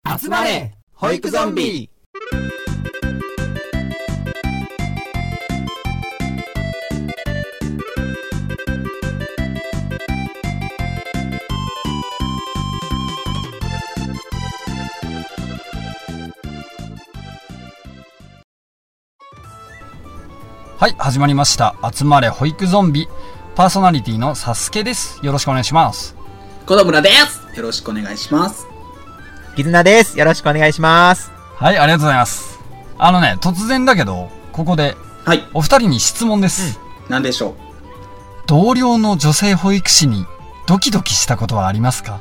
集まれ保育ゾンビ。 はい、始まりました。集まれ保育ゾンビ。パーソナリティのサスケです。よろしくお願いします。 子供村です。よろしくお願いします。 絆です。よろしくお願いします。 はい、ありがとうございます。突然だけど、ここで、 はい。 お二人に質問です。 何でしょう。 同僚の女性保育士にドキドキしたことはありますか？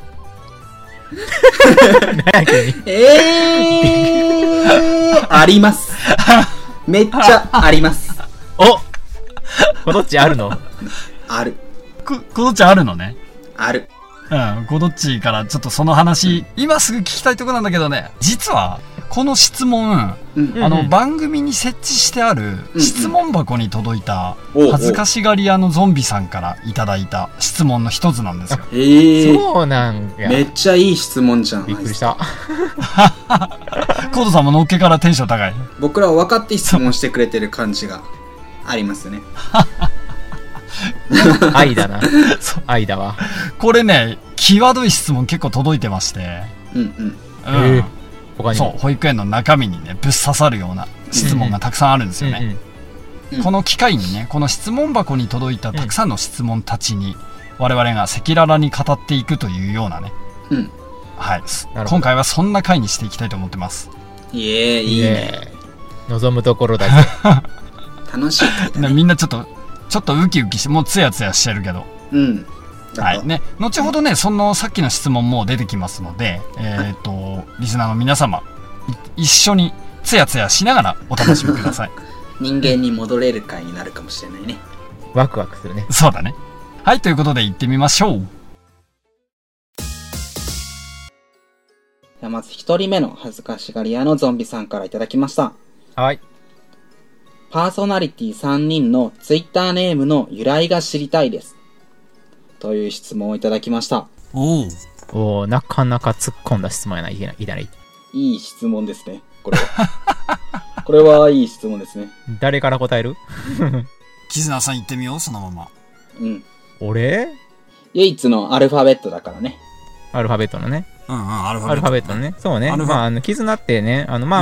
あります。めっちゃあります。 お、こどっちあるの？ ある。 こどっちあるのね。 ある。 こどっちからちょっとその話、今すぐ聞きたいところなんだけどね、実はこの質問、番組に設置してある質問箱に届いた恥ずかしがり屋のゾンビさんからいただいた質問の一つなんですよ。 そうなんや。 めっちゃいい質問じゃん。 びっくりした。 コードさんものっけからテンション高い。 僕らは分かって質問してくれてる感じがありますね。 愛だな。愛だわ。 これね、際どい質問結構届いてまして。 他にそう、保育園の中身にね、ぶっ刺さるような質問がたくさんあるんですよね。この機会にね、この質問箱に届いたたくさんの質問たちに、我々が赤裸々に語っていくというようなね。はい。今回はそんな回にしていきたいと思ってます。 いいね。 望むところだぜ。 楽しい回だね。 みんなちょっとウキウキして、もうツヤツヤしてるけど。はいね。後ほどね、そのさっきの質問も出てきますので、リスナーの皆様、一緒にツヤツヤしながらお楽しみください。 人間に戻れる回になるかもしれないね。 ワクワクするね。 そうだね。はい、ということで行ってみましょう。 じゃあまず一人目の恥ずかしがり屋のゾンビさんからいただきました。 はい。 パーソナリティ3人のツイッターネームの由来が知りたいです。という質問をいただきました。 おー、なかなか突っ込んだ質問やな。いいい質問ですね。これは。これはいい質問ですね。 誰から答える？ キズナさん言ってみよう、そのまま。 俺？ 唯一のアルファベットだからね。 アルファベットのね。 アルファベットのね。そうね。絆ってね、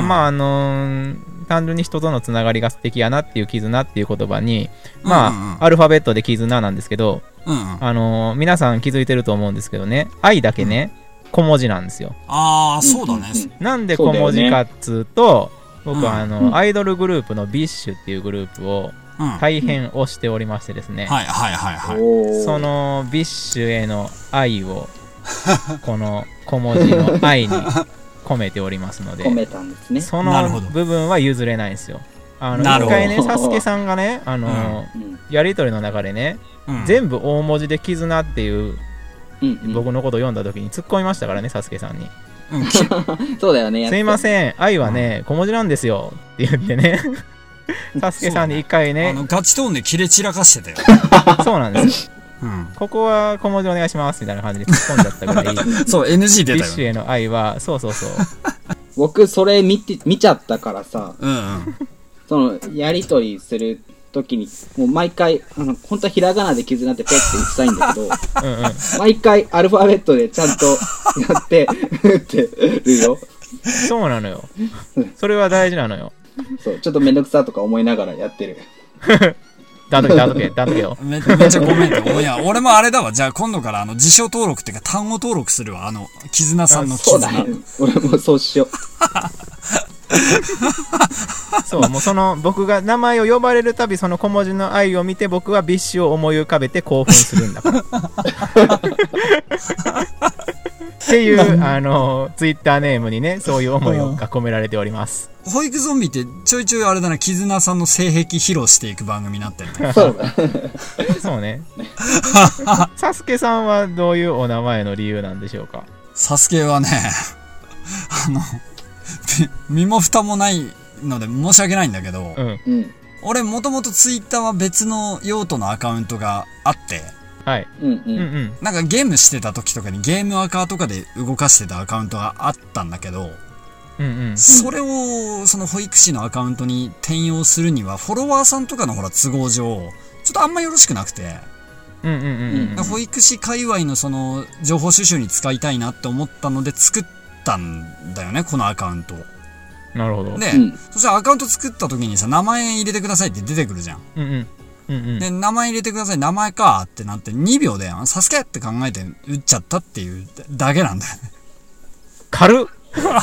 単純に人とのつながりが素敵やなっていう絆っていう言葉に、アルファベットで絆なんですけど、皆さん気づいてると思うんですけどね、愛だけね、小文字なんですよ。 そうだね。 なんで小文字かっつうと、僕はアイドルグループのビッシュっていうグループを大変推しておりましてですね、そのビッシュへの愛をこの小文字の愛に込めておりますので、 込めたんですね。 その部分は譲れないんですよ。一回ね、サスケさんがね、やりとりの中でね、全部大文字で絆っていう僕のことを読んだ時に突っ込みましたからね、サスケさんに。 そうだよね。 すいません、愛はね、小文字なんですよって言ってね、サスケさんに一回ね、 ガチトーンでキレ散らかしてたよ。 そうなんですよ。ここは小文字お願いしますみたいな感じで突っ込んじゃったぐらい。 そう、NG 出たよ。 ビッシュへの愛は、そう。 僕、それ見ちゃったからさ、その、やりとりするときに、もう毎回、本当はひらがなで絆ってペッて言ってたいんだけど、毎回アルファベットでちゃんとやって、ってるよ。 そうなのよ。それは大事なのよ。 そう、ちょっとめんどくさとか思いながらやってる。 だけよ。 めっちゃごめんね。いや、俺もあれだわ。じゃあ今度から辞書登録っていうか単語登録するわ。絆さんの絆。 そうだね。俺もそうしよう。 そう、もう僕が名前を呼ばれるたびその小文字の愛を見て僕はビッシュを思い浮かべて興奮するんだから。っていう、ツイッターネームにね、そういう思いが込められております。 保育ゾンビってちょいちょいあれだな、絆さんの性癖披露していく番組になってるね。 そうね。サスケさんはどういうお名前の理由なんでしょうか？ サスケはね、身も蓋もないので申し訳ないんだけど、俺もともとツイッターは別の用途のアカウントがあって、 はい。 なんかゲームしてた時とかにゲームアカとかで動かしてたアカウントがあったんだけど、それをその保育士のアカウントに転用するにはフォロワーさんとかのほら都合上ちょっとあんまよろしくなくて、保育士界隈のその情報収集に使いたいなって思ったので作ったんだよね、このアカウントを。 なるほど。 で、そしたらアカウント作った時にさ、名前入れてくださいって出てくるじゃん。で、名前入れてください、名前かってなって2秒でサスケって考えて打っちゃったっていうだけなんだよね。 軽っ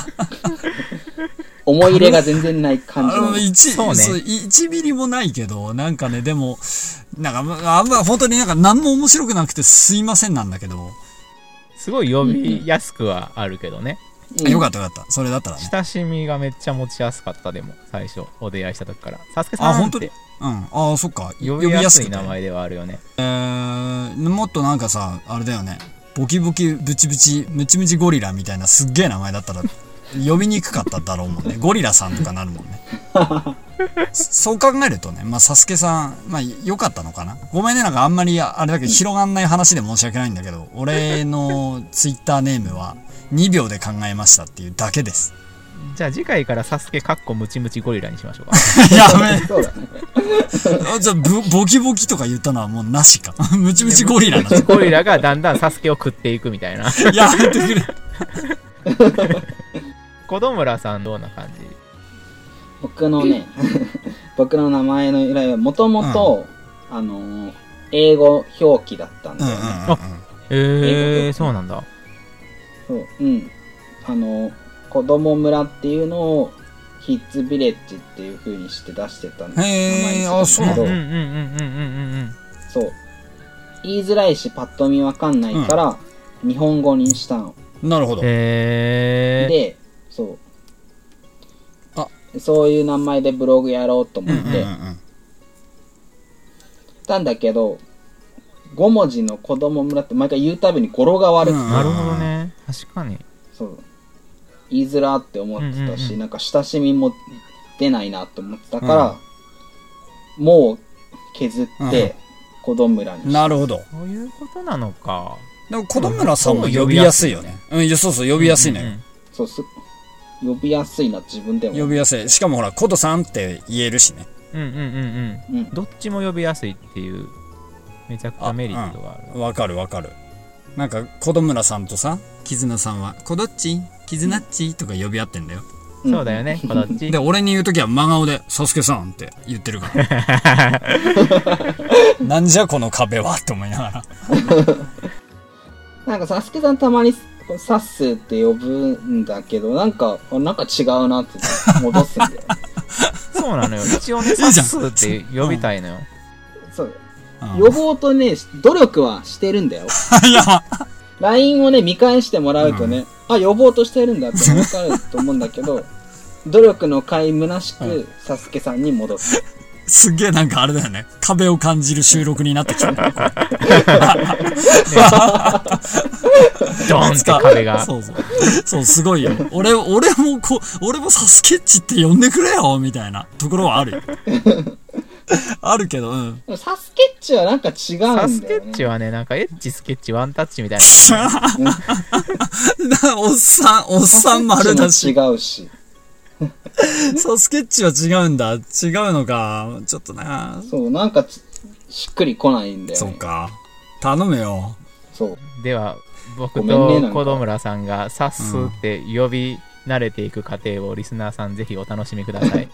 思い入れが全然ない感じの。 1ミリもないけど、なんかね、でも、なんか、あんま本当になんか何も面白くなくてすいませんなんだけど。 すごい呼びやすくはあるけどね。 よかったよかった。それだったらね。 親しみがめっちゃ持ちやすかった、でも、最初、お出会いした時から。サスケさんって。 あ、本当に？あ、そっか。 呼びやすい名前ではあるよね。 もっとなんかさ、あれだよね。ボキボキ、ブチブチ、ムチムチゴリラみたいなすっげえ名前だったら、呼びにくかっただろうもんね。ゴリラさんとかなるもんね。そう考えるとね、まあ、サスケさん、まあ、良かったのかな。ごめんね、なんかあんまり、あれだけど広がんない話で申し訳ないんだけど、俺のツイッターネームは2秒で考えましたっていうだけです。 じゃあ次回からサスケかっこムチムチゴリラにしましょうか。 やめそうだね。じゃあボキボキとか言ったのはもうなしか。ムチムチゴリラなんムチムチゴリラがだんだんサスケを食っていくみたいな。 やめてくれ。 小戸村さんどんな感じ？ 僕のね、僕の名前の由来はもともと英語表記だったんだよね。 そうなんだ。 そう、子供村っていうのをキッズビレッジっていう風にして出してたんですけど、そう言いづらいしパッと見わかんないから、日本語にしたの。 なるほど。 で、そういう名前でブログやろうと思ってたんだけど、5文字の子供村って毎回言うたびに語呂が悪くて、 なるほどね、確かにそう言いづらって思ってたし、なんか親しみも出ないなと思ってたから、もう削って子供村にした。 なるほど。 そういうことなのか。 でも子供村さんも呼びやすいよね。そうそう、呼びやすいのよ。 そう呼びやすいな、自分でも呼びやすい。しかもほら、コドさんって言えるしね。 どっちも呼びやすいっていうめちゃくちゃメリットがある。 わかるわかる。なんか子供村さんとさ、キズナさんはコドッチ、キズナッチとか呼び合ってんだよ。 そうだよね、コドッチ。 で、俺に言うときは真顔でサスケさんって言ってるから。なんじゃこの壁はって思いながら。 なんかサスケさんたまにサッスーって呼ぶんだけど、なんか違うなって戻すんだよ。 そうなのよ。一応ね、サッスーって呼びたいのよ。 そう。呼ぼうとね、努力はしてるんだよ。いや。LINE をね、見返してもらうとね、あ、呼ぼうとしてるんだって分かると思うんだけど、努力の甲斐虚しく、サスケさんに戻す。 すっげえなんかあれだよね。壁を感じる収録になってきた。 ドーンって壁が。 そう、すごいよ。俺もサスケッチって呼んでくれよみたいなところはあるよ。あるけど、 サスケッチはなんか違うんだよね。 サスケッチはね、なんかエッチスケッチワンタッチみたいな。おっさん丸だし。 違うし。 サスケッチは違うんだ。違うのか。ちょっとな。 そう、なんかしっくりこないんだよね。 そうか。頼むよ。 そう。 では、僕と小戸村さんがサッスって呼び慣れていく過程をリスナーさんぜひお楽しみください。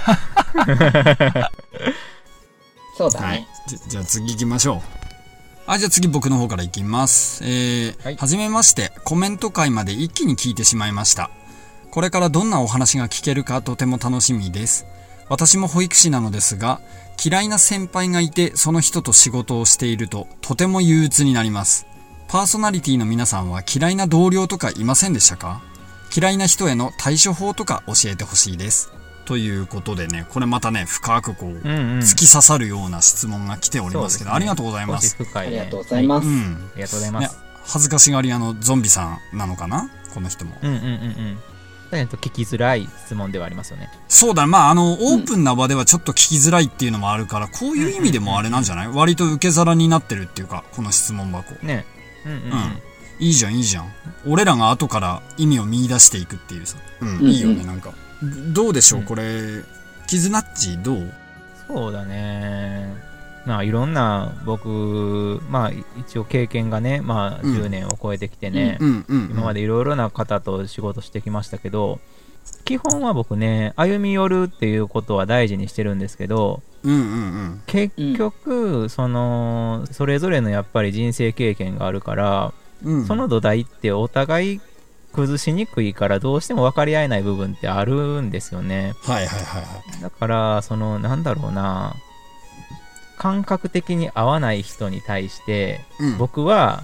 そうだね。 はい、じゃあ次行きましょう。じゃあ次僕の方から行きます。はじめまして、コメント会まで一気に聞いてしまいました。これからどんなお話が聞けるかとても楽しみです。私も保育士なのですが、嫌いな先輩がいてその人と仕事をしているととても憂鬱になります。パーソナリティの皆さんは嫌いな同僚とかいませんでしたか？嫌いな人への対処法とか教えてほしいです。ということでね、これまたね、深くこう、突き刺さるような質問が来ておりますけど、ありがとうございます。 ありがとうございます。 ありがとうございます。 恥ずかしがり屋のゾンビさんなのかな、この人も。 聞きづらい質問ではありますよね。 そうだ、まあ、オープンな場ではちょっと聞きづらいっていうのもあるから、こういう意味でもあれなんじゃない？割と受け皿になってるっていうか、この質問箱。 ね。 いいじゃん、いいじゃん。俺らが後から意味を見出していくっていうさ。いいよね、なんか。どうでしょう、これ。キズナッチどう？ そうだね。まあ、いろんな僕、まあ、一応経験がね、まあ、10年を超えてきてね、今までいろいろな方と仕事してきましたけど、基本は僕ね、歩み寄るっていうことは大事にしてるんですけど、結局、それぞれのやっぱり人生経験があるから、その土台ってお互い崩しにくいからどうしても分かり合えない部分ってあるんですよね。だからなんだろうな、感覚的に合わない人に対して、僕は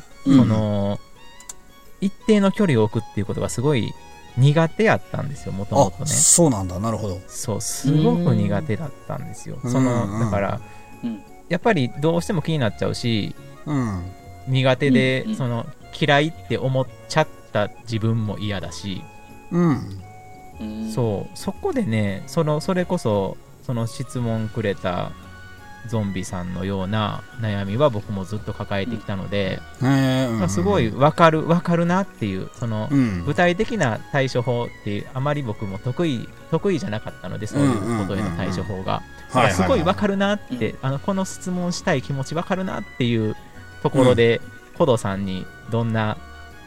一定の距離を置くっていうことがすごい苦手やったんですよ、もともとね。 そうなんだ、なるほど。 そう、すごく苦手だったんですよ。だからやっぱりどうしても気になっちゃうし、苦手で嫌いって思っちゃった自分も嫌だし、そこでね、それこそ質問くれたゾンビさんのような悩みは僕もずっと抱えてきたので、すごい分かるなっていう、具体的な対処法ってあまり僕も得意じゃなかったので、そういうことへの対処法がすごい分かるなって、この質問したい気持ち分かるなっていうところで、コドさんにどんな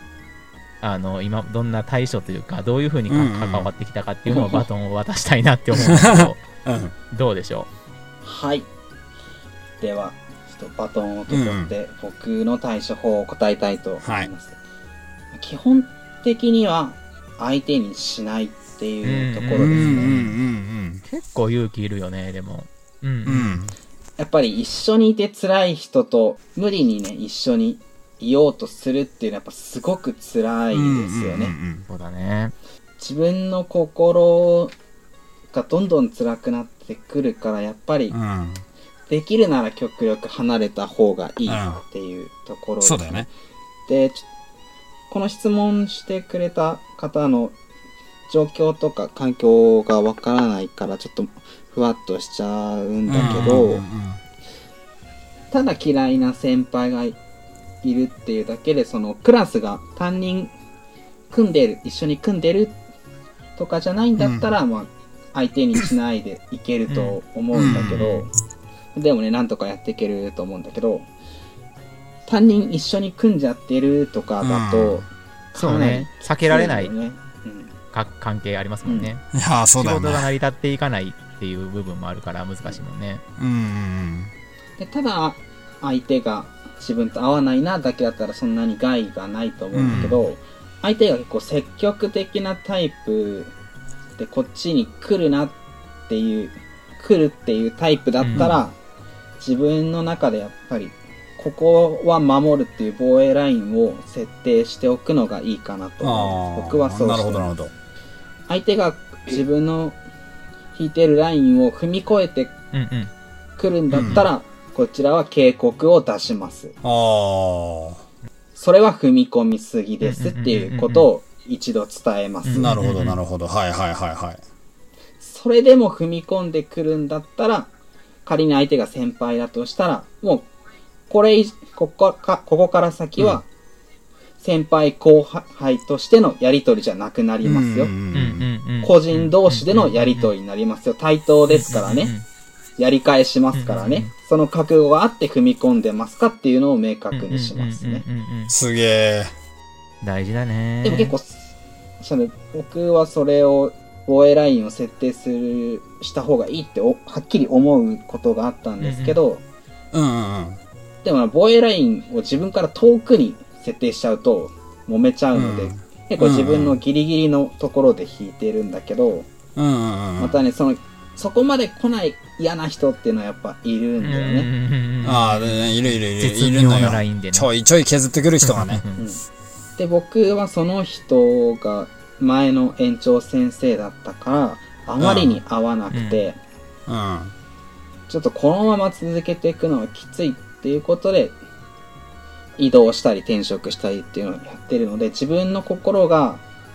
対処というか、どういうふうに関わってきたかっていうのをバトンを渡したいなって思うんですけど、どうでしょう？はい、ではちょっとバトンを受け取って僕の対処法を答えたいと思います。基本的には相手にしないっていうところですね。 結構勇気いるよね。でもやっぱり一緒にいて辛い人と無理にね一緒にいようとするっていうのはやっぱすごく辛いですよね。 そうだね。 自分の心がどんどん辛くなってくるから、やっぱりできるなら極力離れた方がいいっていうところですね。 そうだよね。 で、この質問してくれた方の状況とか環境がわからないからちょっとふわっとしちゃうんだけど、ただ嫌いな先輩がいるっていうだけで、クラスが担任一緒に組んでるとかじゃないんだったら、まあ相手にしないでいけると思うんだけど、でもね、なんとかやっていけると思うんだけど、担任一緒に組んじゃってるとかだと、 そうね、避けられない関係ありますもんね。 いや、そうだよね。 仕事が成り立っていかないっていう部分もあるから難しいもんね。 で、ただ相手が自分と合わないなだけだったらそんなに害がないと思うんだけど、相手が結構積極的なタイプでこっちに来るっていうタイプだったら、自分の中でやっぱりここは守るっていう防衛ラインを設定しておくのがいいかなと思います。僕はそうしてます。なるほど。相手が自分の引いてるラインを踏み越えてくるんだったら、こちらは警告を出します。それは踏み込みすぎですっていうことを一度伝えます。 なるほどなるほど。はいはいはいはい。 それでも踏み込んでくるんだったら、仮に相手が先輩だとしたら、もうここから先は先輩後輩としてのやり取りじゃなくなりますよ。個人同士でのやり取りになりますよ。対等ですからね。やり返しますからね。その覚悟があって踏み込んでますかっていうのを明確にしますね。 すげえ。 大事だね。 でも結構僕はそれを防衛ラインを設定した方がいいってはっきり思うことがあったんですけど、でも防衛ラインを自分から遠くに設定しちゃうと揉めちゃうので、結構自分のギリギリのところで引いてるんだけど、またねそこまで来ない嫌な人っていうのはやっぱいるんだよね。 ああ、いるのよ。ちょいちょい削ってくる人がね。 で、僕はその人が前の園長先生だったからあまりに合わなくて、ちょっとこのまま続けていくのはきついっていうことで移動したり転職したりっていうのをやってるので、自分の心が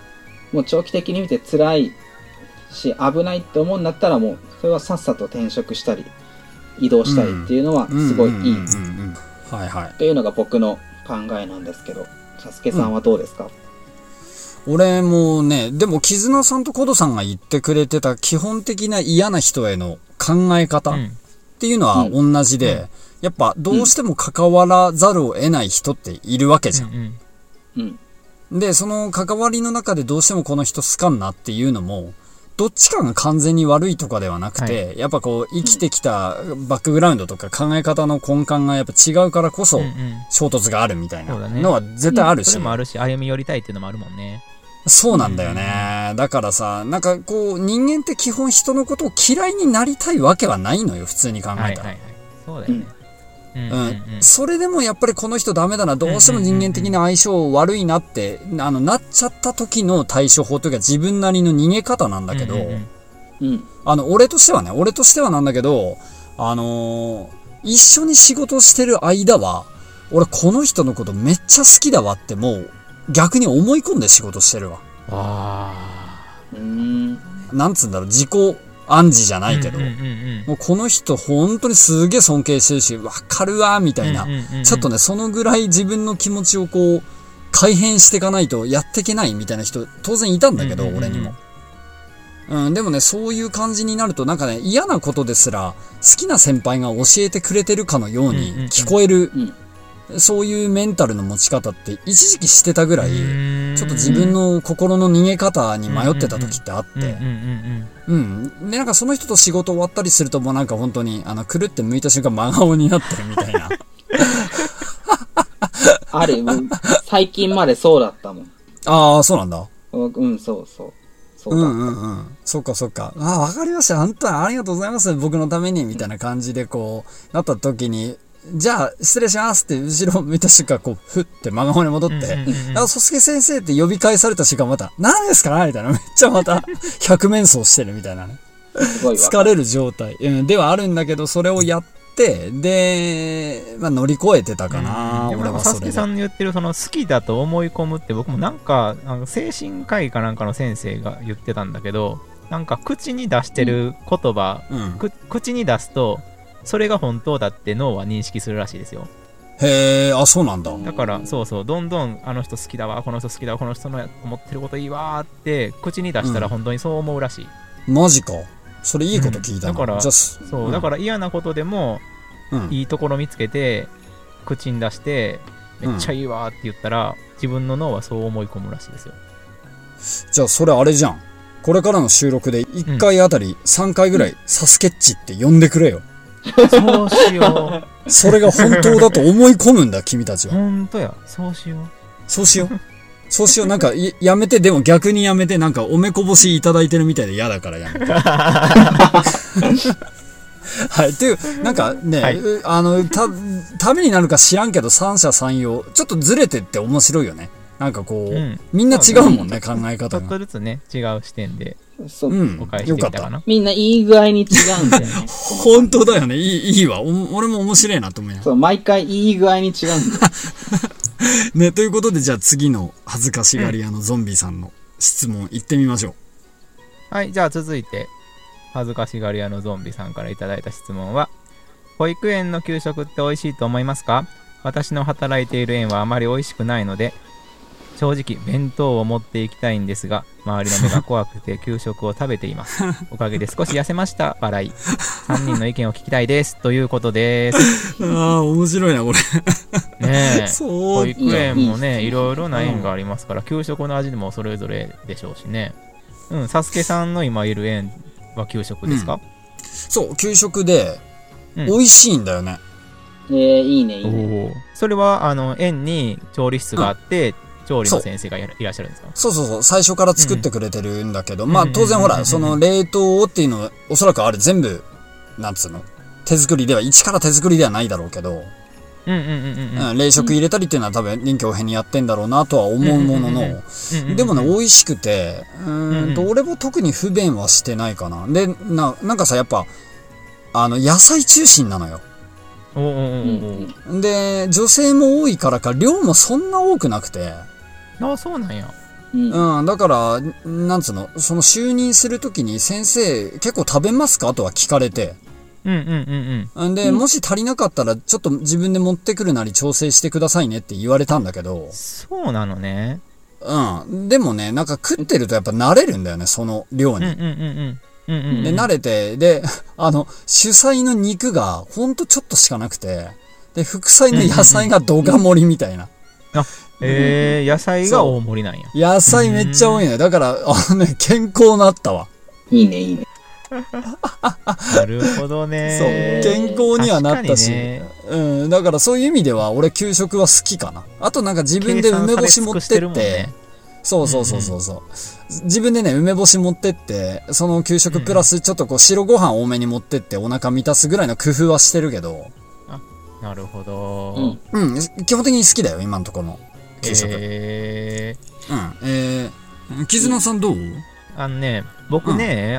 もう長期的に見て辛いし危ないって思うんだったらもうそれはさっさと転職したり移動したりっていうのはすごいいいというのが僕の考えなんですけど、サスケさんはどうですか？ 俺もね、でも絆さんとコドさんが言ってくれてた基本的な嫌な人への考え方っていうのは同じで、やっぱどうしても関わらざるを得ない人っているわけじゃん。で、その関わりの中でどうしてもこの人好かんなっていうのも、どっちかが完全に悪いとかではなくて、やっぱこう生きてきたバックグラウンドとか考え方の根幹がやっぱ違うからこそ衝突があるみたいなのは絶対あるし。 それもあるし、歩み寄りたいっていうのもあるもんね。 そうなんだよね。だからさ、なんかこう人間って基本人のことを嫌いになりたいわけはないのよ、普通に考えたら。 そうだよね。 それでもやっぱりこの人ダメだな、どうしても人間的な相性悪いなってなっちゃった時の対処法というか自分なりの逃げ方なんだけど、俺としてはなんだけど、一緒に仕事してる間は俺この人のことめっちゃ好きだわってもう逆に思い込んで仕事してるわ。なんつうんだろう、自己暗示じゃないけど、もうこの人本当にすげえ尊敬してるし、わかるわみたいな、ちょっとね、そのぐらい自分の気持ちをこう改変していかないとやっていけないみたいな人当然いたんだけど、俺にも。でもね、そういう感じになるとなんかね、嫌なことですら好きな先輩が教えてくれてるかのように聞こえる、そういうメンタルの持ち方って一時期してたぐらい、ちょっと自分の心の逃げ方に迷ってた時ってあって、で、なんかその人と仕事終わったりするともうなんか本当に、くるって向いた瞬間真顔になってるみたいな。 あれ、最近までそうだったもん。 ああ、そうなんだ。 そう。 そっかそっか。わかりました。本当にありがとうございます。僕のために、みたいな感じでこう、なった時に、じゃあ、失礼しますって後ろ向いた瞬間、こう、ふって真顔に戻って、ソスケ先生って呼び返された瞬間また、何ですかみたいな。めっちゃまた、百面相してるみたいなね。疲れる状態、ではあるんだけど、それをやって、で、乗り越えてたかな、 俺は。サスケさんの言ってる、その好きだと思い込むって、僕もなんか、精神科医かなんかの先生が言ってたんだけど、なんか口に出してる言葉、口に出すと、それが本当だって脳は認識するらしいですよ。 へー、そうなんだ。 だからどんどんあの人好きだわ、この人好きだわ、この人の思ってることいいわーって口に出したら本当にそう思うらしい。 マジか。それいいこと聞いたな。 だからだから嫌なことでも、いいところ見つけて口に出してめっちゃいいわーって言ったら、自分の脳はそう思い込むらしいですよ。 じゃあそれあれじゃん。これからの収録で1回あたり3回ぐらいサスケッチって呼んでくれよ。 そうしよう。それが本当だと思い込むんだ、君たちは。 本当や。そうしよう。なんか、 やめて、でも逆にやめて、なんかおめこぼしいただいてるみたいで嫌だからやめて。はい。っていう、なんかね、ためになるか知らんけど、三者三様。ちょっとずれてって面白いよね。なんかこう、みんな違うもんね、考え方が。 ちょっとずつね、違う視点で。 お返してみたかな。 みんないい具合に違うんだよね。 本当だよね。いいわ。俺も面白いなと思うよ。 そう、毎回いい具合に違うんだよ。 ね、ということで、じゃあ次の恥ずかしがり屋のゾンビさんの質問行ってみましょう。はい、じゃあ続いて、恥ずかしがり屋のゾンビさんからいただいた質問は、保育園の給食って美味しいと思いますか？私の働いている園はあまり美味しくないので、正直弁当を持っていきたいんですが、周りの目が怖くて給食を食べています。おかげで少し痩せました。笑い。3人の意見を聞きたいです。ということです。 面白いなこれ。 ねえ。保育園もね、いろいろな園がありますから、給食の味でもそれぞれでしょうしね。サスケさんの今いる園は給食ですか？ そう、給食で美味しいんだよね。 いいね。 それは園に調理室があって、調理の先生がいらっしゃるんですか？ そう。最初から作ってくれてるんだけど、当然ほら、その冷凍っていうのは、おそらくあれ全部、なんつうの、手作りでは、一から手作りではないだろうけど、冷食入れたりっていうのは多分臨機応変にやってんだろうなとは思うものの、でもね、美味しくて、俺も特に不便はしてないかな。で、なんかさ、やっぱ、野菜中心なのよ。で、女性も多いからか、量もそんな多くなくて、 そうなんや。 だから、なんつうの、その就任するときに先生、結構食べますかとは聞かれて。で、もし足りなかったら、ちょっと自分で持ってくるなり調整してくださいねって言われたんだけど。 そうなのね。 でもね、なんか食ってるとやっぱ慣れるんだよね、その量に。で、慣れて、で、主菜の肉がほんとちょっとしかなくて、で、副菜の野菜がドカ盛りみたいな。 野菜が大盛りなんや。 野菜めっちゃ多いね。だから、健康なったわ。 いいね、いいね。 なるほどね。 そう。健康にはなったし。だからそういう意味では、俺給食は好きかな。あとなんか自分で梅干し持ってって、そう。自分でね、梅干し持ってって、その給食プラスちょっとこう白ご飯多めに持ってってお腹満たすぐらいの工夫はしてるけど。 なるほど。 基本的に好きだよ、今のところの給食。絆さんどう？ 僕ね、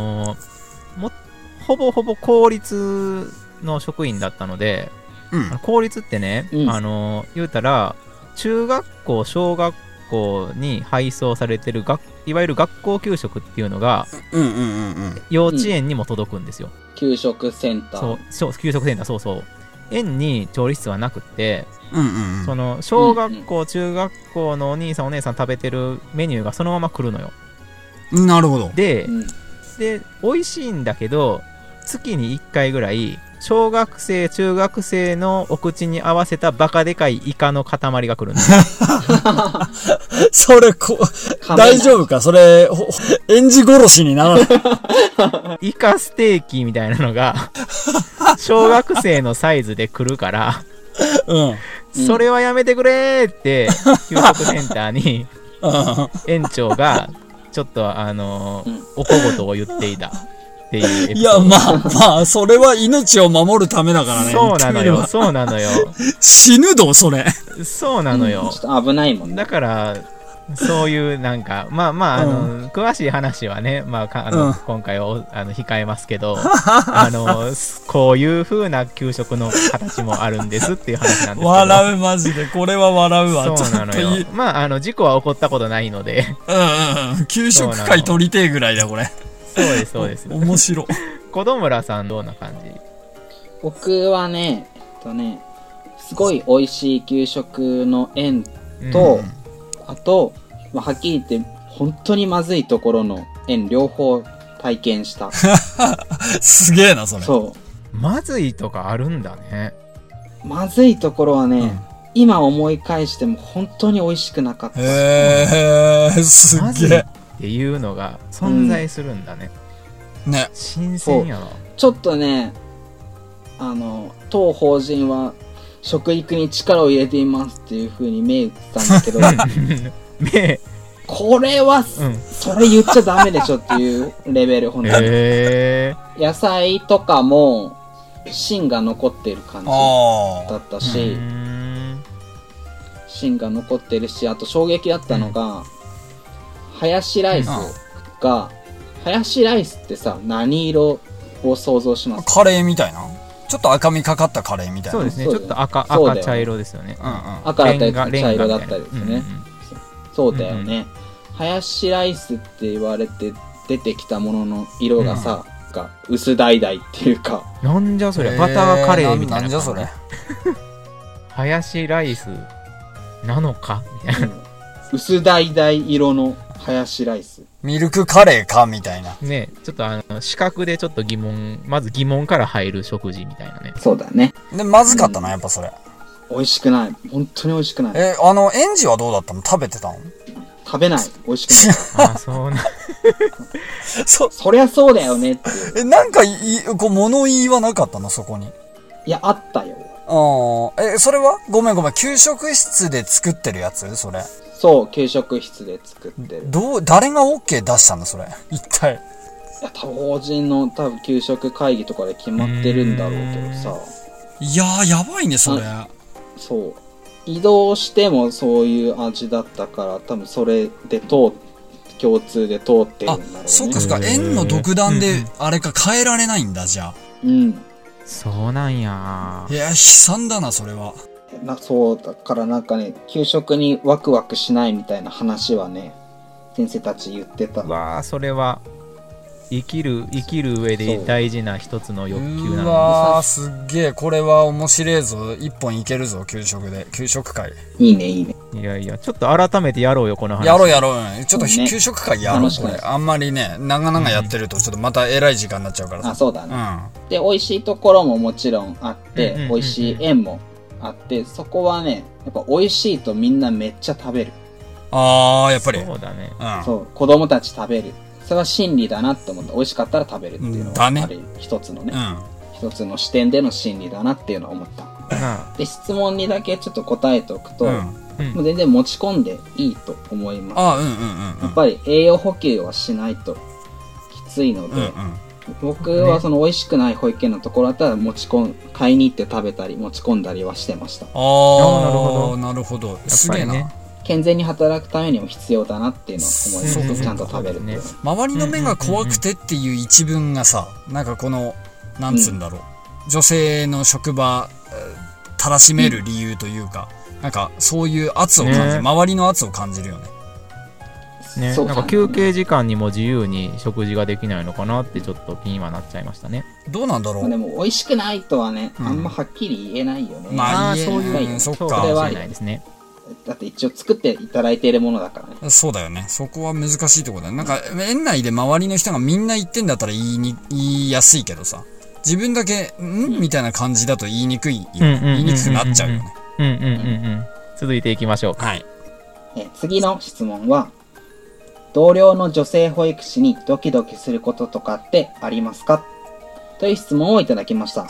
ほぼほぼ公立の職員だったので、公立ってね、言うたら、中学校、小学校に配送されてるいわゆる学校給食っていうのが、幼稚園にも届くんですよ。 給食センター。 そう、給食センター、そうそう。園に調理室はなくって、その小学校、中学校のお兄さんお姉さん食べてるメニューがそのまま来るのよ。 なるほど。 で、美味しいんだけど、月に1回ぐらい、小学生、中学生のお口に合わせたバカでかいイカの塊が来るんですよ。 それ大丈夫か？それ、園児殺しにならない？ イカステーキみたいなのが、小学生のサイズで来るから、それはやめてくれーって、給食センターに、園長が、ちょっとお小言を言っていたっていうエピソード。 いや、まあ、それは命を守るためだからね。 そうなのよ。 死ぬど、それ。 そうなのよ。 ちょっと危ないもんね。 だから、そういうなんか、詳しい話はね、今回は控えますけど、こういう風な給食の形もあるんですっていう話なんですけど。 笑う、マジで。これは笑うわ。 そうなのよ。事故は起こったことないので。 給食会取りてえぐらいだ、これ。 そうです。 面白い。 小戸村さんどんな感じ？ 僕はね、すごい美味しい給食の園と、あと、はっきり言って本当にまずいところの園両方体験した。 すげえな、それ。 そう。 まずいとかあるんだね。 まずいところはね、今思い返しても本当に美味しくなかった。 すげえ。 まずいっていうのが存在するんだね。 ね。 新鮮やな。 ちょっとね、当法人は食育に力を入れていますっていう風に銘打ってたんだけど、これは、それ言っちゃダメでしょっていうレベル、本当に。野菜とかも芯が残っている感じだったし、芯が残ってるし、あと衝撃だったのが、ハヤシライスが、ハヤシライスってさ、何色を想像しますか？ カレーみたいな、ちょっと赤みかかったカレーみたいな。 そうですね、ちょっと赤茶色ですよね。 赤だったり茶色だったりですね。そうだよね。ハヤシライスって言われて出てきたものの色がさ、薄橙っていうか。 なんじゃそれ、バターカレーみたいな。 なんじゃそれ。 ハヤシライスなのかみたいな。 薄橙色のハヤシライス。 ミルクカレーかみたいな。 ね、ちょっと視覚でちょっとまず疑問から入る食事みたいなね。 そうだね。 で、まずかったな、やっぱそれ。 美味しくない。本当に美味しくない。 園児はどうだったの？食べてたの？ 食べない。美味しくない。 そうな。 そりゃそうだよねっていう。 なんか物言いはなかったの、そこに。 いや、あったよ。 それはごめん、給食室で作ってるやつ？それ。 そう、給食室で作ってる。 誰が OK 出したのそれ？一体。 いや、法人の多分給食会議とかで決まってるんだろうけどさ。 いやー、やばいね、それ。 そう。移動してもそういう味だったから、多分それで共通で通ってるんだろうね。 そっか、園の独断で、あれか変えられないんだ、じゃあ。 そうなんや。 いや、悲惨だな、それは。 そう、だからなんかね、給食にワクワクしないみたいな話はね、 先生たち言ってた。 わあ、それは生きる上で大事な一つの欲求なの。 うわー、すっげえ、これは面白いぞ。一本いけるぞ、給食会。 いいね、いいね。 いやいや、ちょっと改めてやろうよ、この話。 やろう。ちょっと給食会やろう、これ。あんまりね、長々やってると、ちょっとまた偉い時間になっちゃうからさ。 あ、そうだね。で、美味しいところももちろんあって、美味しい園もあって、そこはね、やっぱ美味しいとみんなめっちゃ食べる。 あー、やっぱり。 そうだね。 そう、子供たち食べる。それは真理だなって思った。美味しかったら食べるっていうのは、あれ一つのね、一つの視点での真理だなっていうのは思った。で、質問にだけちょっと答えておくと、もう全然持ち込んでいいと思います。やっぱり栄養補給はしないときついので、僕はその美味しくない保育園のところだったら買いに行って食べたり持ち込んだりはしてました。 ああ、なるほど。すげえな。 健全に働くためにも必要だなっていうのは思います。ちゃんと食べるっていう。 周りの目が怖くてっていう一文がさ、なんかこのなんつうんだろう、女性の職場たらしめる理由というか、なんかそういう圧を感じる、周りの圧を感じるよね。 なんか休憩時間にも自由に食事ができないのかなってちょっと気にはなっちゃいましたね。 どうなんだろう。 でも美味しくないとはね、あんまはっきり言えないよね。 まあそういう、そっか。 それはないですね。だって一応作っていただいているものだからね。 そうだよね。そこは難しいところだよ。なんか園内で周りの人がみんな言ってんだったら言いやすいけどさ、自分だけみたいな感じだと言いにくいよね。言いにくくなっちゃうよね。 続いていきましょう。 はい。 次の質問は、同僚の女性保育士にドキドキすることとかってありますか？という質問をいただきました。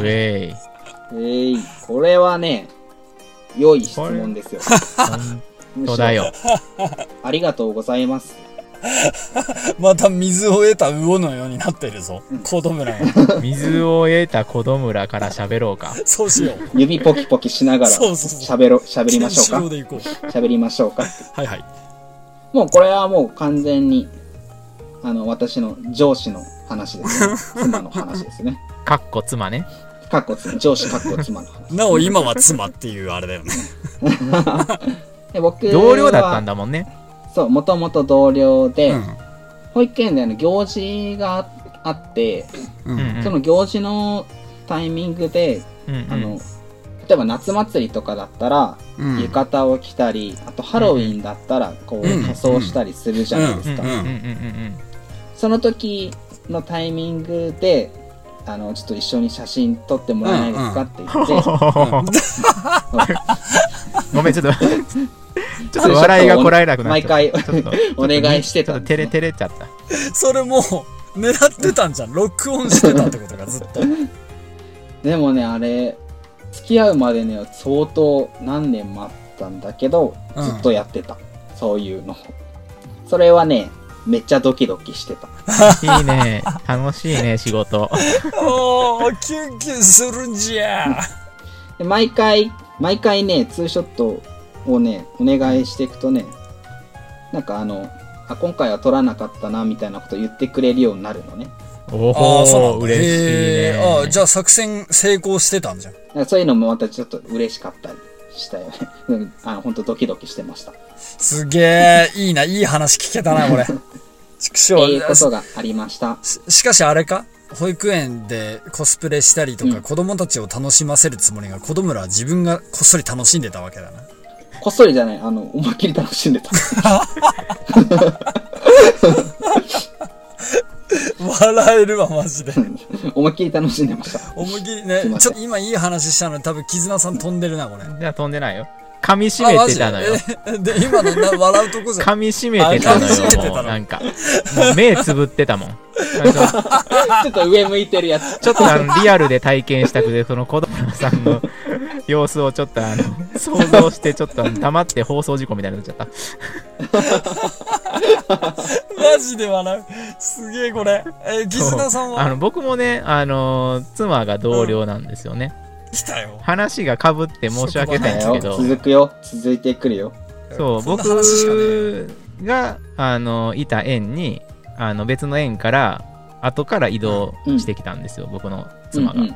これはね、良い質問ですよ。 そうだよ。 ありがとうございます。 また水を得た魚のようになってるぞ、子供らが。水を得た子供らから喋ろうか。 そうしよう。 指ポキポキしながら喋りましょうか。喋りましょうか。 はいはい。 もうこれはもう完全に私の上司の話ですね。妻の話ですね。 かっこ妻ね。 かっこ妻、上司かっこ妻の話。 なお今は妻っていうあれだよね。 で僕は同僚だったんだもんね。 そう、もともと同僚で、保育園で行事があって、その行事のタイミングで、例えば夏祭りとかだったら、浴衣を着たり、あとハロウィンだったらこう仮装したりするじゃないですか。その時のタイミングでちょっと一緒に写真撮ってもらえないですかって言って、 ごめん、ちょっと笑いがこらえなくなっちゃった。 毎回お願いしてた。 ちょっと照れちゃった。 それもう狙ってたんじゃん。ロックオンしてたってことがずっと。 でもね、あれ付き合うまでね相当何年もあったんだけど、ずっとやってた、そういうの。それはねめっちゃドキドキしてた。 いいね、楽しいね、仕事。 おー、キュンキュンするんじゃ。 で毎回ねツーショットをねお願いしていくとね、なんか今回は撮らなかったなみたいなことを言ってくれるようになるのね。 おお、嬉しいね。 じゃあ作戦成功してたんじゃん。 そういうのもまたちょっと嬉しかったりしたよね。本当ドキドキしてました。 すげえ、いいな、いい話聞けたなこれ。畜生。 いうことがありました。 しかしあれか、保育園でコスプレしたりとか、子供たちを楽しませるつもりが、子供らは自分がこっそり楽しんでたわけだな。 こっそりじゃない、思いっきり楽しんでた。 笑えるわマジで。 思いっきり楽しんでました。 思いっきりね。ちょっと今いい話したのに多分絆さん飛んでるなこれ。 じゃあ飛んでないよ。噛み締めてたのよ。 で今の笑うとこじゃん。 噛み締めてたのよ。もうなんかもう目つぶってたもん。ちょっと上向いてるやつ。 ちょっとリアルで体験したくて、その子供さんの様子をちょっと想像して、ちょっと黙って放送事故みたいになっちゃった。 マジで笑う。すげえこれ。絆さんは僕もね、妻が同僚なんですよね。 来たよ。 話が被って申し訳ないんですけど、 続いてくるよ。 そう、僕がいた園に別の園から後から移動してきたんですよ、僕の妻が。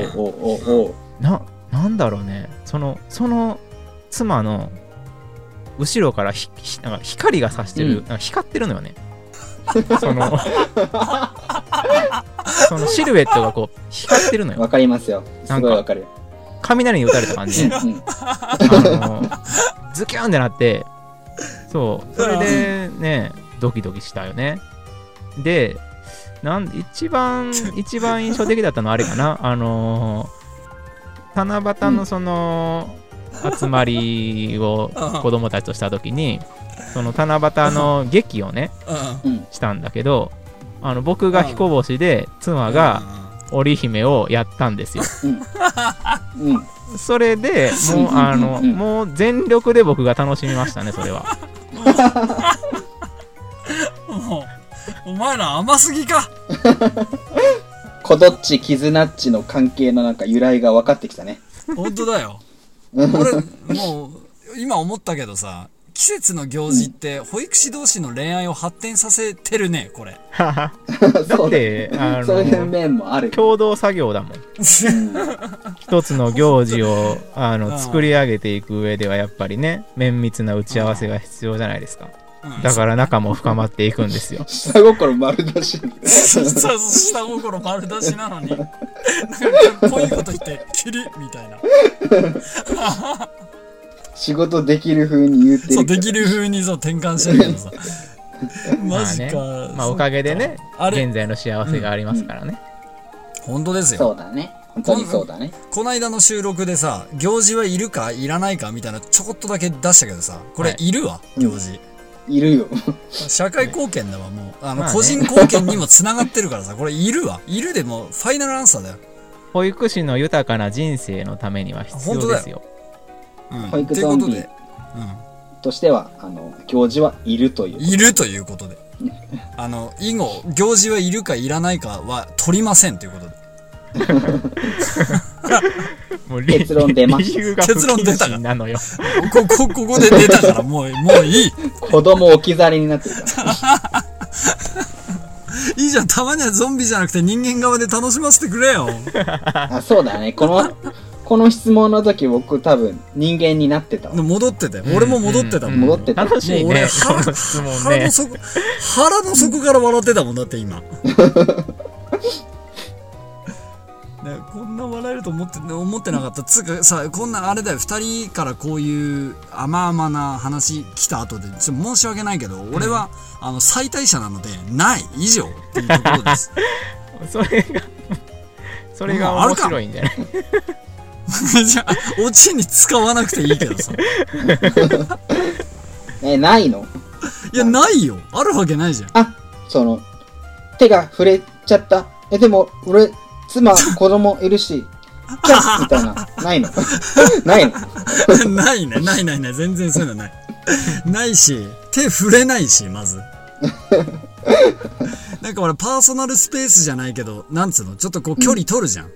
なんだろうね、その妻の後ろからなんか光が差してる、なんか光ってるのよね。そのシルエットがこう光ってるのよ。 わかりますよ。すごいわかる。 雷に打たれた感じね。ズキューンってなって、そうそれでねドキドキしたよね。で一番印象的だったのはあれかな、七夕のその集まりを子供たちとした時に、その七夕の劇をねしたんだけど、僕が彦星で妻が織姫をやったんですよ。それでもう全力で僕が楽しみましたね、それは。 もうお前ら甘すぎか。 コドッチキズナッチの関係のなんか由来が分かってきたね。 本当だよ。俺もう今思ったけどさ、季節の行事って保育士同士の恋愛を発展させてるね、これ。 だってそういう面もある。 共同作業だもん。一つの行事を作り上げていく上ではやっぱりね、綿密な打ち合わせが必要じゃないですか。だから仲も深まっていくんですよ。 下心丸出し。 下心丸出しなのに、なんかこういうこと言ってキリみたいな。 仕事できる風に言ってる。 そうできる風にそう転換してるけどさ。マジか。 まあおかげでね、現在の幸せがありますからね。 本当ですよ。 そうだね。本当にそうだね。 この間の収録でさ、行事はいるかいらないかみたいなちょこっとだけ出したけどさ、これいるわ、行事。 いるよ。 社会貢献だわ、もう。個人貢献にもつながってるからさ、これいるわ。いるでも、ファイナルアンサーだよ。 保育士の豊かな人生のためには必要ですよ。 保育ゾンビとしては、行事はいるという。 いるということで。以後、行事はいるかいらないかは取りませんということで。 もう結論出ました。 結論出たからなのよ。 ここで出たからもういい。 子供置き去りになってるから。 いいじゃん、たまにはゾンビじゃなくて人間側で楽しませてくれよ。 そうだね。この質問の時僕多分人間になってたわ。 戻ってたよ。俺も戻ってたもん。 戻ってた。 楽しいね。 俺腹の底から笑ってたもんだって今。ね、こんな笑えると思ってなかった。つうかさ、こんなあれだよ、2人からこういう甘々な話来た後でちょっと申し訳ないけど、俺は最大者なのでない以上っていうところです。 それが面白いんじゃない？ じゃあオチに使わなくていいけどさ。 ないの？ いやないよ。あるわけないじゃん。 手が触れちゃった。でも俺妻子供いるしキャッみたいなないの？ないの？ ないね。ない全然そういうのない。ないし手触れないし、まずなんか俺パーソナルスペースじゃないけど、なんつうの、ちょっとこう距離取るじゃん。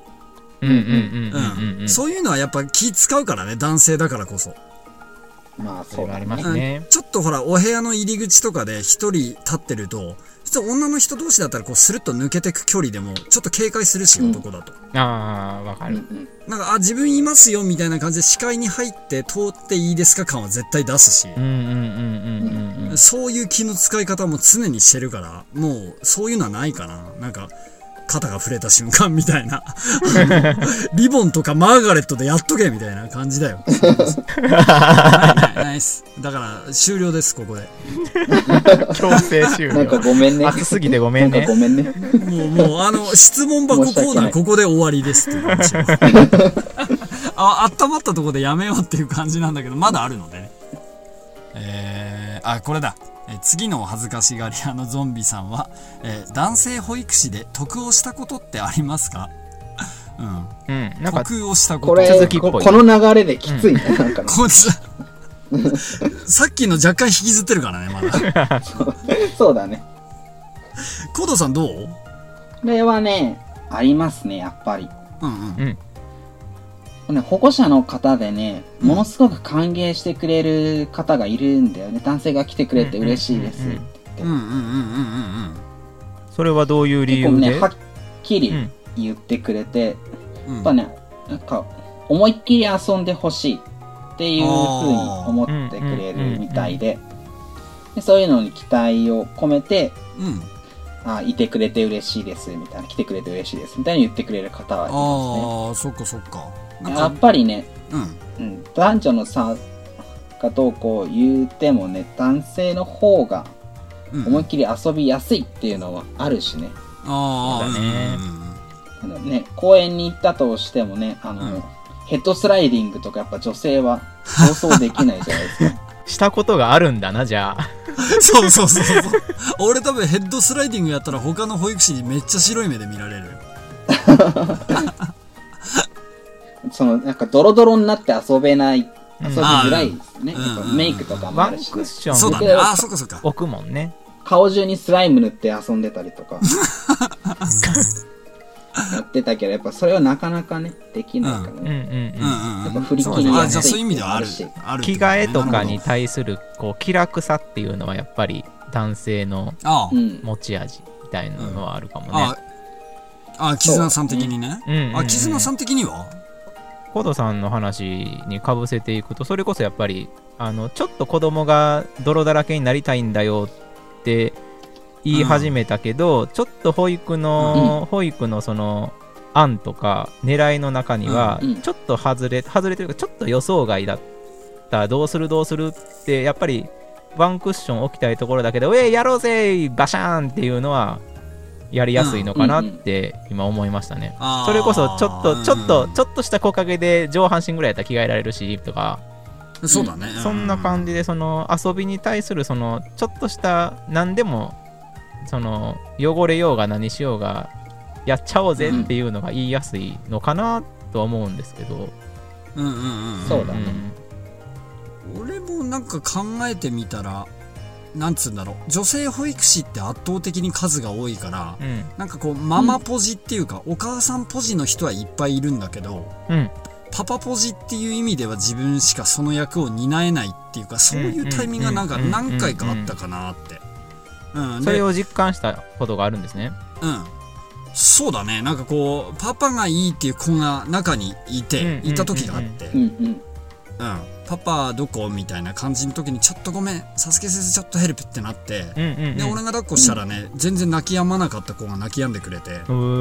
そういうのはやっぱ気使うからね、男性だからこそ。 まあそうありますね。 ちょっとほらお部屋の入り口とかで一人立ってると、実は女の人同士だったらこうスルッと抜けてく距離でもちょっと警戒するし、男だと。 ああ、わかる。 なんか自分いますよみたいな感じで視界に入って通っていいですか感は絶対出すし、そういう気の使い方も常にしてるから、もうそういうのはないかな。なんか肩が触れた瞬間みたいなリボンとかマーガレットでやっとけみたいな感じだよ。ナイス。だから終了です、ここで。 強制終了。 なんかごめんね。 熱すぎてごめんね。 ごめんね。 もう質問箱コーナーここで終わりですっていう話を。温まったところでやめようっていう感じなんだけど、まだあるのでね。これだ。次の恥ずかしがり屋のゾンビさんは、男性保育士で得をしたことってありますか？なんか得をしたこと。 これこの流れできついね、なんかね。 さっきの若干引きずってるからね、まだ。 そうだね。 コードさんどう？ これはね、ありますね、やっぱり。保護者の方でね、ものすごく歓迎してくれる方がいるんだよね。男性が来てくれて嬉しいですって。 それはどういう理由で？ 結構ね、はっきり言ってくれて、やっぱね、なんか思いっきり遊んでほしい。 っていう風に思ってくれるみたいで、そういうのに期待を込めて、いてくれて嬉しいですみたいな、来てくれて嬉しいですみたいに言ってくれる方はいますね。 そっかそっか。 やっぱりね、男女の差かどうこう言うてもね、男性の方が思いっきり遊びやすいっていうのはあるしね。公園に行ったとしてもね、ヘッドスライディングとかやっぱ女性は想像できないじゃないですか。 したことがあるんだな、じゃあ。 そう俺多分ヘッドスライディングやったら他の保育士にめっちゃ白い目で見られるよ。 なんかドロドロになって遊べない、遊びづらいですね。メイクとかもあるし、 ワンクッションそうだね。そっかそっか。 置くもんね。 顔中にスライム塗って遊んでたりとかやってたけど、やっぱそれはなかなかねできないからね。やっぱ振り切りやすい。 そういう意味ではあるし、 着替えとかに対するこう気楽さっていうのはやっぱり男性の持ち味みたいなのはあるかもね。 絆さん的にね。絆さん的にはコドさんの話にかぶせていくと、それこそやっぱりちょっと子供が泥だらけになりたいんだよって言い始めたけど、ちょっと保育のその案とか狙いの中にはちょっと外れてるか、ちょっと予想外だった、どうするってやっぱりワンクッション置きたいところだけど、やろうぜバシャーンっていうのはやりやすいのかなって今思いましたね。それこそちょっとした木陰で上半身ぐらいやったら着替えられるしとか、 そうだね。 そんな感じで、その遊びに対するそのちょっとした何でもその汚れようが何しようがやっちゃおうぜっていうのが言いやすいのかなとは思うんですけど。 そうだね。 俺もなんか考えてみたら、なんつうんだろう、女性保育士って圧倒的に数が多いから、なんかこうママポジっていうか、お母さんポジの人はいっぱいいるんだけど、パパポジっていう意味では自分しかその役を担えないっていうか、そういうタイミングがなんか何回かあったかなって。 それを実感したことがあるんですね。 そうだね。なんかこうパパがいいっていう子が中にいた時があって、パパどこみたいな感じの時に、ちょっとごめんサスケ先生ちょっとヘルプってなって、で俺が抱っこしたらね、全然泣き止まなかった子が泣き止んでくれて、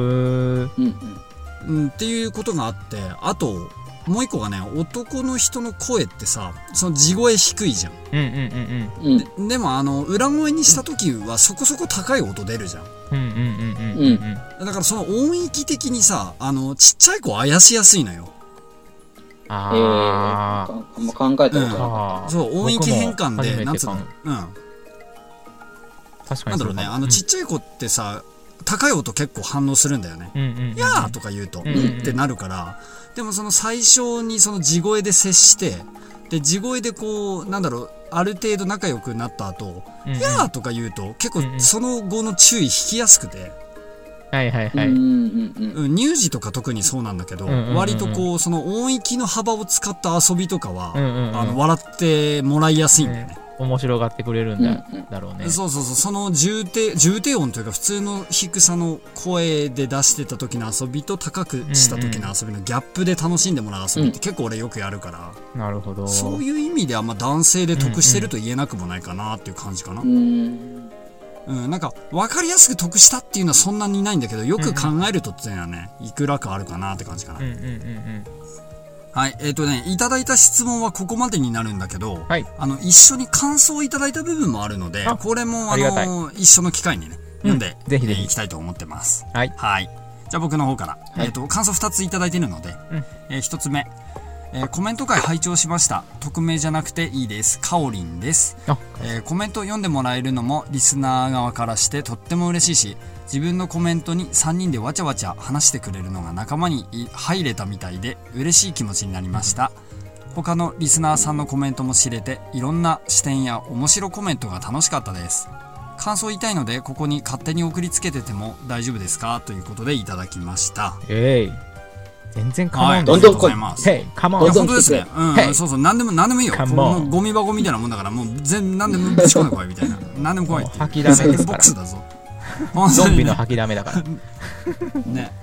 っていうことがあって、あともう一個がね、男の人の声ってさ、その地声低いじゃん。でも裏声にした時はそこそこ高い音出るじゃん。だからその音域的にさ、ちっちゃい子怪しやすいのよ。 考えたことない。 そう、音域変換で、なんつうの、 確かになんだろうね、ちっちゃい子ってさ、高い音結構反応するんだよね。やーとか言うと、ってなるから。でもその最初にその地声で接して、で地声でこうなんだろう、ある程度仲良くなった後、やーとか言うと結構その後の注意引きやすくて、乳児とか特にそうなんだけど、割とこうその音域の幅を使った遊びとかは笑ってもらいやすいんだよね。 面白がってくれるんだろうね。 そうその重低音というか普通の低さの声で出してた時の遊びと高くした時の遊びのギャップで楽しんでもらう遊びって結構俺よくやるから、 なるほど。 そういう意味では男性で得してると言えなくもないかなっていう感じかな。なんか分かりやすく得したっていうのはそんなにないんだけど、よく考えるとっていうのはね、いくらかあるかなって感じかな。はい、いただいた質問はここまでになるんだけど、一緒に感想をいただいた部分もあるので、これも一緒の機会にね、読んでいきたいと思ってます。はい。じゃあ僕の方から、感想2ついただいているので、1つ目、コメント会拝聴しました。匿名じゃなくていいです。かおりんです。コメント読んでもらえるのもリスナー側からしてとっても嬉しいし、自分のコメントに3人でわちゃわちゃ話してくれるのが仲間に入れたみたいで嬉しい気持ちになりました。他のリスナーさんのコメントも知れて、いろんな視点や面白コメントが楽しかったです。感想言いたいのでここに勝手に送りつけてても大丈夫ですか、ということでいただきました。 全然カモン、 どんどん来い。 カモン。 いや本当ですね。そうそう、何でもいいよ。ゴミ箱みたいなもんだから、もう何でもぶち込んでこいみたいな。何でも来い。 吐きだめですから。 ボックスだぞ。 ゾンビの吐きだめだから。 ね。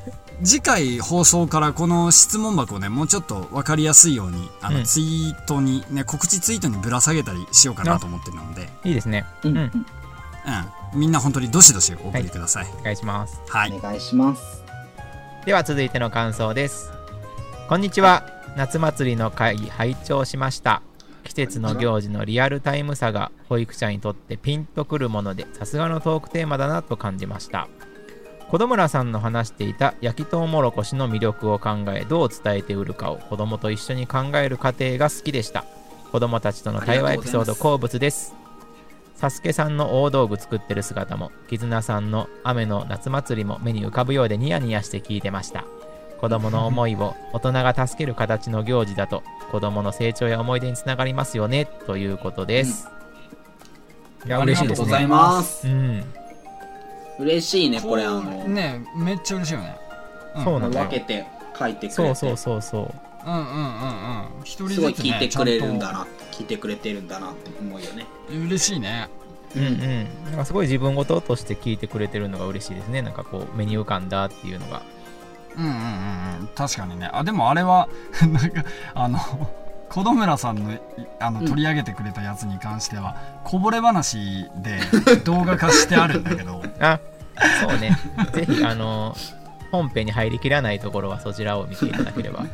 次回放送からこの質問箱をね、もうちょっと分かりやすいように、ツイートに、ね、告知ツイートにぶら下げたりしようかなと思ってるので。 いいですね。 みんな本当にどしどしお送りください。 お願いします。 はい。お願いします。 では続いての感想です。こんにちは。夏祭りの会拝聴しました。季節の行事のリアルタイムさが保育者にとってピンとくるもので、さすがのトークテーマだなと感じました。子ど村さんの話していた焼きとうもろこしの魅力を考え、どう伝えて売るかを子どもと一緒に考える過程が好きでした。子どもたちとの対話エピソード好物です。サスケさんの大道具作ってる姿も、絆さんの雨の夏祭りも目に浮かぶようでニヤニヤして聞いてました。子どもの思いを大人が助ける形の行事だと、子どもの成長や思い出につながりますよね、ということです。 いや、嬉しいですね。ありがとうございます。嬉しいね、これね、めっちゃ嬉しいよね。 そうなんだよ。 分けて書いてくれて。 そう。 一人ずつね、 すごい聞いてくれるんだな、聞いてくれてるんだなって思うよね。 嬉しいね。 なんかすごい自分事として聞いてくれてるのが嬉しいですね。なんかこう目に浮かんだっていうのが。 確かにね。でもあれはなんか子ど村さんの取り上げてくれたやつに関しては、こぼれ話で動画化してあるんだけどそうね、ぜひ本編に入りきらないところはそちらを見ていただければ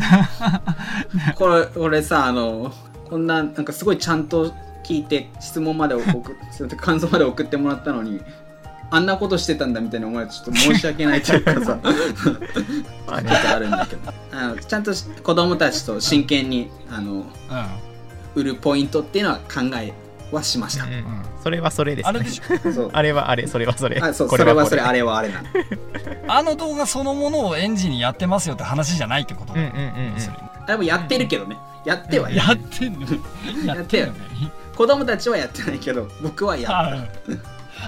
これさ、こんなんかすごいちゃんと聞いて質問まで感想まで送ってもらったのに、あんなことしてたんだみたいな思いはちょっと申し訳ないというかさちょっとあるんだけど、ちゃんと子供たちと真剣に売るポイントっていうのは考えはしました。 それはそれですね。 あれでしょあれはあれ、それはそれ。 それはそれ、あれはあれなの。動画そのものを園児にやってますよって話じゃないってことだよ。 でもやってるけどね。やってんのやってんの子供たちはやってないけど、僕はやった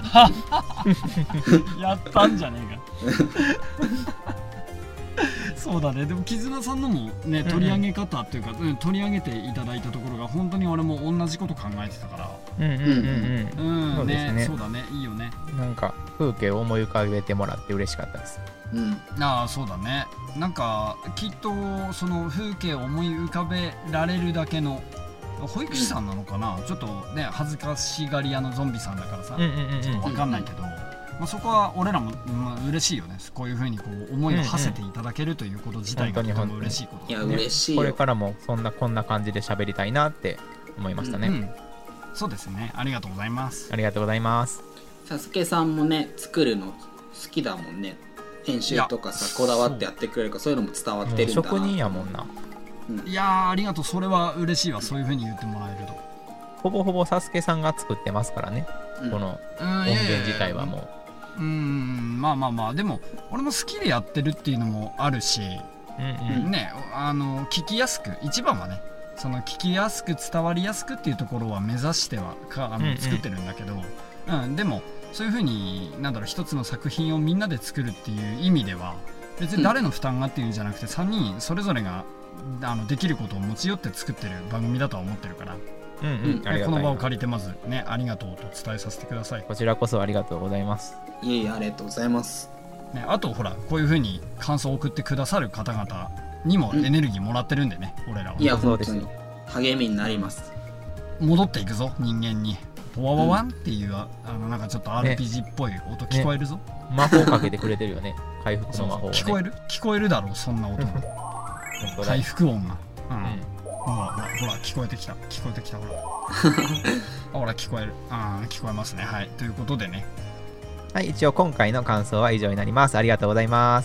やったんじゃねえかそうだね。でも絆さんのもね、取り上げ方っていうか、取り上げていただいたところが本当に俺も同じこと考えてたから、 そうですね。 そうだね、いいよね。 なんか風景を思い浮かべてもらって嬉しかったです。 そうだね。なんかきっとその風景を思い浮かべられるだけの保育士さんなのかな、ちょっとね恥ずかしがり屋のゾンビさんだからさ、ちょっと分かんないけど、そこは俺らも、嬉しいよね。こういう風にこう思いを馳せていただけるということ自体がとても嬉しいこと、 いや嬉しいよ。 これからもこんな感じで喋りたいなって思いましたね。 そうですね。ありがとうございます。 ありがとうございます。 サスケさんもね、作るの好きだもんね。編集とかさ、こだわってやってくれるから、そういうのも伝わってるんだな。 職人やもんな。 いやありがとう。それは嬉しいわ。そういう風に言ってもらえると。 ほぼほぼサスケさんが作ってますからね、この音源自体はもう。 まあでも俺も好きでやってるっていうのもあるし、ね、聞きやすく、一番はね、その聞きやすく伝わりやすくっていうところは目指しては作ってるんだけど、でもそういう風に一つの作品をみんなで作るっていう意味では別に誰の負担がっていうんじゃなくて、3人それぞれができることを持ち寄って作ってる番組だとは思ってるから、この場を借りてまずね、ありがとうと伝えさせてください。 こちらこそありがとうございます。 いえ、ありがとうございます、 ね。あとほら、こういう風に感想を送ってくださる方々にもエネルギーもらってるんでね、俺らは。 いや本当に励みになります。 戻っていくぞ、人間に。ポワワワンっていうなんかちょっと RPG っぽい音聞こえるぞ、 魔法かけてくれてるよね。回復の魔法、ね、 聞こえるだろう、そんな音回復音が。ほら聞こえてきたほらほら聞こえる。聞こえますね。はい、ということでね、 はい、一応今回の感想は以上になります。ありがとうございます。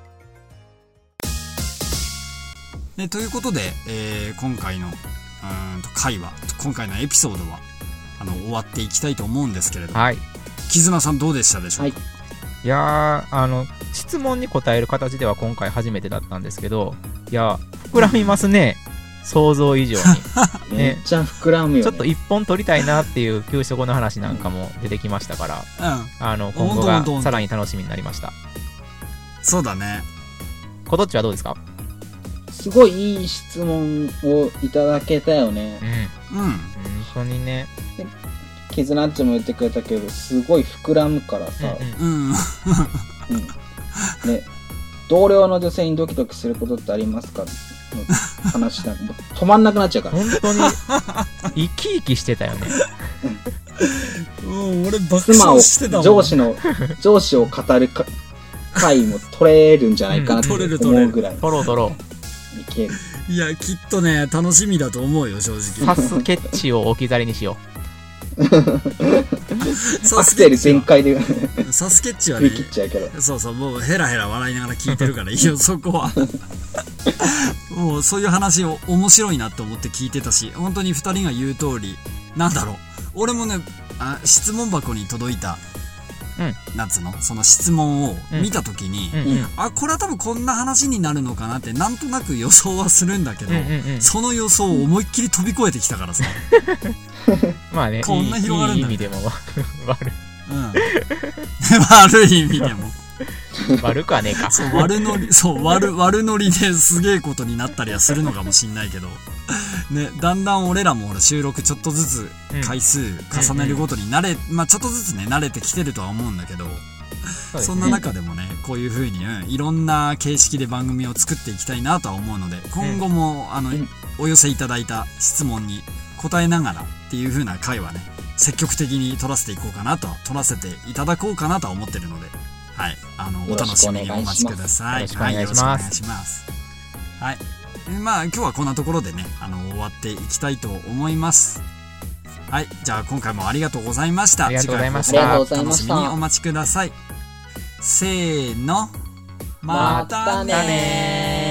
でということで、今回の回は、今回のエピソードは終わっていきたいと思うんですけれども、絆さんどうでしたでしょうか？ いや質問に答える形では今回初めてだったんですけど、いや膨らみますね、想像以上に、 めっちゃ膨らむよね。 ちょっと一本取りたいなっていう給食の話なんかも出てきましたから、今後がさらに楽しみになりました。 そうだね。 こどっちはどうですか？ すごいいい質問をいただけたよね。 本当にね。 キズナッチも言ってくれたけど、すごい膨らむからさ、ね、 同僚の女性にドキドキすることってありますかの話なんかもう止まんなくなっちゃうから本当に生き生きしてたよね俺爆笑してたもん。 上司を語る回も取れるんじゃないかなって思うぐらい取ろういける。 いやきっとね楽しみだと思うよ正直。 サスケッチを置き去りにしようアクセル全開でサスケッチはね振り切っちゃうけど、 そうもうヘラヘラ笑いながら聞いてるからいいよそこはもうそういう話を面白いなって思って聞いてたし、本当に2人が言う通りなんだろう、俺もね質問箱に届いたなんつうのその質問を見た時に、これは多分こんな話になるのかなってなんとなく予想はするんだけど、その予想を思いっきり飛び越えてきたからさまあね、 こんな広がるんだ、 いい意味でも悪い意味でも悪くはねえか。 そう悪ノリですげえことになったりはするのかもしんないけどね、だんだん俺らも収録ちょっとずつ回数重ねるごとにちょっとずつね慣れてきてるとは思うんだけど、そんな中でもねこういう風に、いろんな形式で番組を作っていきたいなとは思うので、今後もお寄せいただいた質問に答えながらっていう風な回はね積極的に取らせていこうかなと取らせていただこうかなとは思ってるので、はい、お楽しみにお待ちください。 よろしくお願いします。 はい、今日はこんなところでね終わっていきたいと思います。はい、じゃあ今回もありがとうございました。 ありがとうございました。 次回も楽しみにお待ちください。せーの、 またねー。